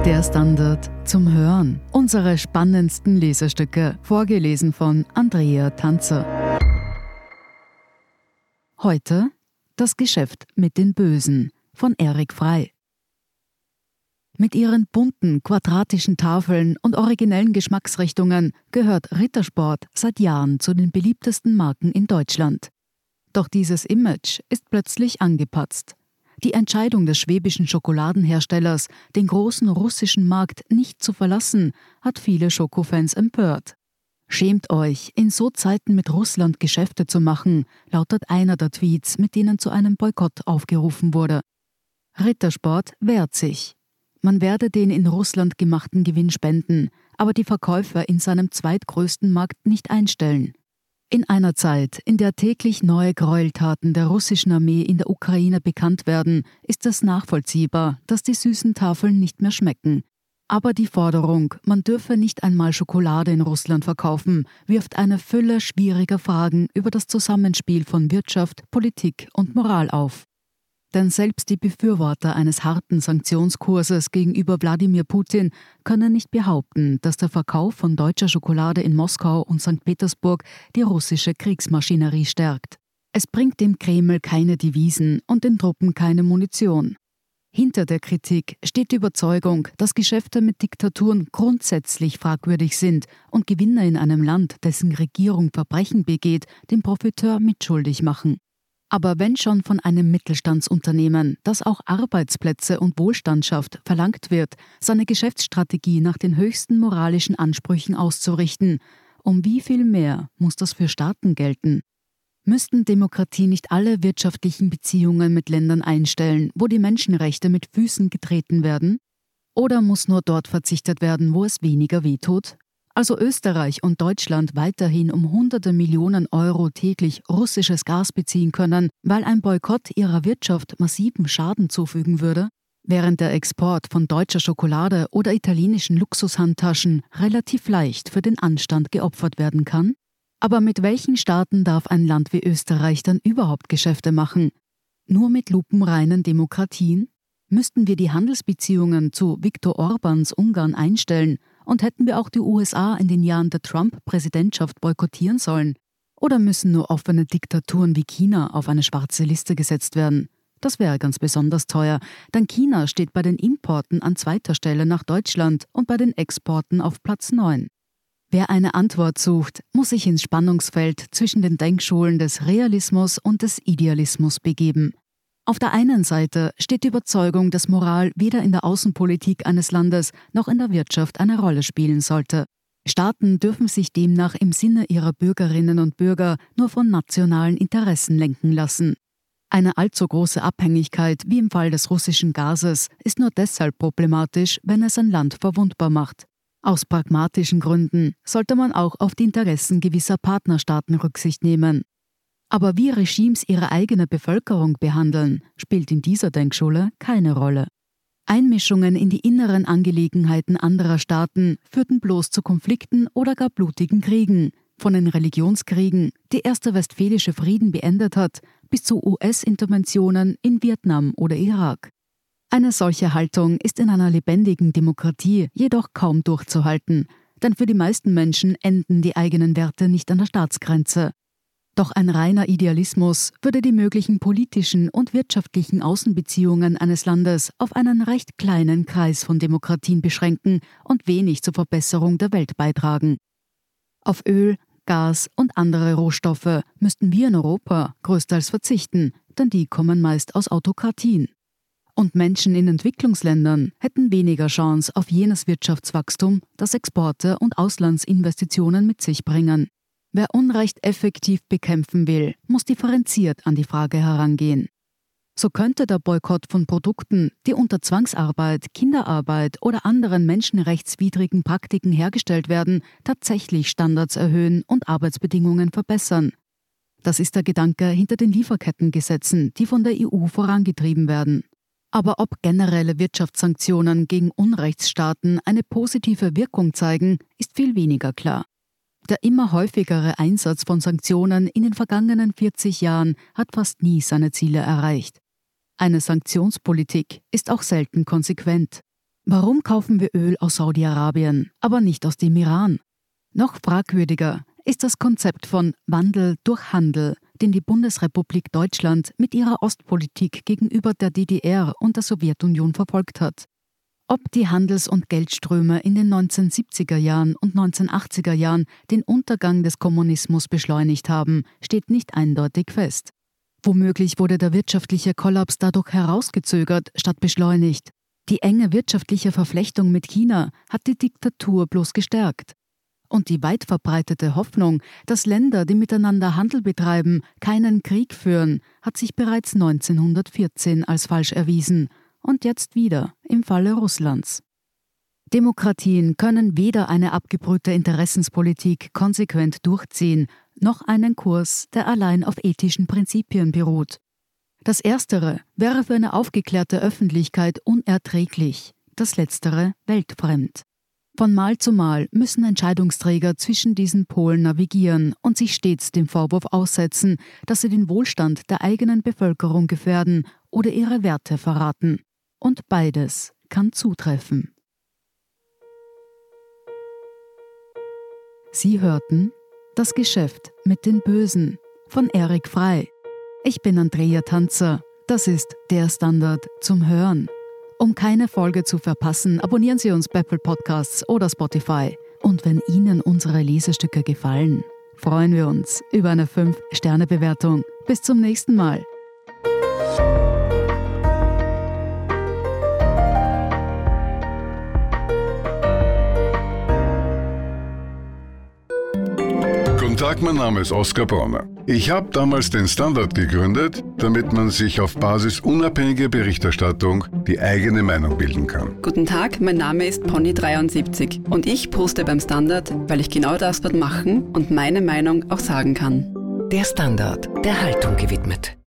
Der Standard zum Hören. Unsere spannendsten Lesestücke, vorgelesen von Andrea Tanzer. Heute Das Geschäft mit den Bösen von Erik Frey. Mit ihren bunten, quadratischen Tafeln und originellen Geschmacksrichtungen gehört Rittersport seit Jahren zu den beliebtesten Marken in Deutschland. Doch dieses Image ist plötzlich angepatzt. Die Entscheidung des schwäbischen Schokoladenherstellers, den großen russischen Markt nicht zu verlassen, hat viele Schokofans empört. Schämt euch, in so Zeiten mit Russland Geschäfte zu machen, lautet einer der Tweets, mit denen zu einem Boykott aufgerufen wurde. Rittersport wehrt sich. Man werde den in Russland gemachten Gewinn spenden, aber die Verkäufer in seinem zweitgrößten Markt nicht einstellen. In einer Zeit, in der täglich neue Gräueltaten der russischen Armee in der Ukraine bekannt werden, ist es nachvollziehbar, dass die süßen Tafeln nicht mehr schmecken. Aber die Forderung, man dürfe nicht einmal Schokolade in Russland verkaufen, wirft eine Fülle schwieriger Fragen über das Zusammenspiel von Wirtschaft, Politik und Moral auf. Denn selbst die Befürworter eines harten Sanktionskurses gegenüber Wladimir Putin können nicht behaupten, dass der Verkauf von deutscher Schokolade in Moskau und St. Petersburg die russische Kriegsmaschinerie stärkt. Es bringt dem Kreml keine Devisen und den Truppen keine Munition. Hinter der Kritik steht die Überzeugung, dass Geschäfte mit Diktaturen grundsätzlich fragwürdig sind und Gewinner in einem Land, dessen Regierung Verbrechen begeht, den Profiteur mitschuldig machen. Aber wenn schon von einem Mittelstandsunternehmen, das auch Arbeitsplätze und Wohlstand schafft, verlangt wird, seine Geschäftsstrategie nach den höchsten moralischen Ansprüchen auszurichten, um wie viel mehr muss das für Staaten gelten? Müssten Demokratie nicht alle wirtschaftlichen Beziehungen mit Ländern einstellen, wo die Menschenrechte mit Füßen getreten werden? Oder muss nur dort verzichtet werden, wo es weniger wehtut? Also Österreich und Deutschland weiterhin um hunderte Millionen Euro täglich russisches Gas beziehen können, weil ein Boykott ihrer Wirtschaft massiven Schaden zufügen würde? Während der Export von deutscher Schokolade oder italienischen Luxushandtaschen relativ leicht für den Anstand geopfert werden kann? Aber mit welchen Staaten darf ein Land wie Österreich dann überhaupt Geschäfte machen? Nur mit lupenreinen Demokratien? Müssten wir die Handelsbeziehungen zu Viktor Orbáns Ungarn einstellen und hätten wir auch die USA in den Jahren der Trump-Präsidentschaft boykottieren sollen? Oder müssen nur offene Diktaturen wie China auf eine schwarze Liste gesetzt werden? Das wäre ganz besonders teuer, denn China steht bei den Importen an zweiter Stelle nach Deutschland und bei den Exporten auf Platz 9. Wer eine Antwort sucht, muss sich ins Spannungsfeld zwischen den Denkschulen des Realismus und des Idealismus begeben. Auf der einen Seite steht die Überzeugung, dass Moral weder in der Außenpolitik eines Landes noch in der Wirtschaft eine Rolle spielen sollte. Staaten dürfen sich demnach im Sinne ihrer Bürgerinnen und Bürger nur von nationalen Interessen lenken lassen. Eine allzu große Abhängigkeit, wie im Fall des russischen Gases, ist nur deshalb problematisch, wenn es ein Land verwundbar macht. Aus pragmatischen Gründen sollte man auch auf die Interessen gewisser Partnerstaaten Rücksicht nehmen. Aber wie Regimes ihre eigene Bevölkerung behandeln, spielt in dieser Denkschule keine Rolle. Einmischungen in die inneren Angelegenheiten anderer Staaten führten bloß zu Konflikten oder gar blutigen Kriegen, von den Religionskriegen, die Erste Westfälische Frieden beendet hat, bis zu US-Interventionen in Vietnam oder Irak. Eine solche Haltung ist in einer lebendigen Demokratie jedoch kaum durchzuhalten, denn für die meisten Menschen enden die eigenen Werte nicht an der Staatsgrenze. Doch ein reiner Idealismus würde die möglichen politischen und wirtschaftlichen Außenbeziehungen eines Landes auf einen recht kleinen Kreis von Demokratien beschränken und wenig zur Verbesserung der Welt beitragen. Auf Öl, Gas und andere Rohstoffe müssten wir in Europa größtenteils verzichten, denn die kommen meist aus Autokratien. Und Menschen in Entwicklungsländern hätten weniger Chance auf jenes Wirtschaftswachstum, das Exporte und Auslandsinvestitionen mit sich bringen. Wer Unrecht effektiv bekämpfen will, muss differenziert an die Frage herangehen. So könnte der Boykott von Produkten, die unter Zwangsarbeit, Kinderarbeit oder anderen menschenrechtswidrigen Praktiken hergestellt werden, tatsächlich Standards erhöhen und Arbeitsbedingungen verbessern. Das ist der Gedanke hinter den Lieferkettengesetzen, die von der EU vorangetrieben werden. Aber ob generelle Wirtschaftssanktionen gegen Unrechtsstaaten eine positive Wirkung zeigen, ist viel weniger klar. Der immer häufigere Einsatz von Sanktionen in den vergangenen 40 Jahren hat fast nie seine Ziele erreicht. Eine Sanktionspolitik ist auch selten konsequent. Warum kaufen wir Öl aus Saudi-Arabien, aber nicht aus dem Iran? Noch fragwürdiger ist das Konzept von Wandel durch Handel, den die Bundesrepublik Deutschland mit ihrer Ostpolitik gegenüber der DDR und der Sowjetunion verfolgt hat. Ob die Handels- und Geldströme in den 1970er Jahren und 1980er Jahren den Untergang des Kommunismus beschleunigt haben, steht nicht eindeutig fest. Womöglich wurde der wirtschaftliche Kollaps dadurch herausgezögert statt beschleunigt. Die enge wirtschaftliche Verflechtung mit China hat die Diktatur bloß gestärkt. Und die weit verbreitete Hoffnung, dass Länder, die miteinander Handel betreiben, keinen Krieg führen, hat sich bereits 1914 als falsch erwiesen und jetzt wieder im Falle Russlands. Demokratien können weder eine abgebrühte Interessenspolitik konsequent durchziehen, noch einen Kurs, der allein auf ethischen Prinzipien beruht. Das Erstere wäre für eine aufgeklärte Öffentlichkeit unerträglich, das Letztere weltfremd. Von Mal zu Mal müssen Entscheidungsträger zwischen diesen Polen navigieren und sich stets dem Vorwurf aussetzen, dass sie den Wohlstand der eigenen Bevölkerung gefährden oder ihre Werte verraten. Und beides kann zutreffen. Sie hörten Das Geschäft mit den Bösen von Erik Frei. Ich bin Andrea Tanzer. Das ist der Standard zum Hören. Um keine Folge zu verpassen, abonnieren Sie uns bei Apple Podcasts oder Spotify. Und wenn Ihnen unsere Lesestücke gefallen, freuen wir uns über eine 5-Sterne-Bewertung. Bis zum nächsten Mal. Guten Tag, mein Name ist Oskar Bronner. Ich habe damals den Standard gegründet, damit man sich auf Basis unabhängiger Berichterstattung die eigene Meinung bilden kann. Guten Tag, mein Name ist Pony73 und ich poste beim Standard, weil ich genau das dort machen und meine Meinung auch sagen kann. Der Standard, der Haltung gewidmet.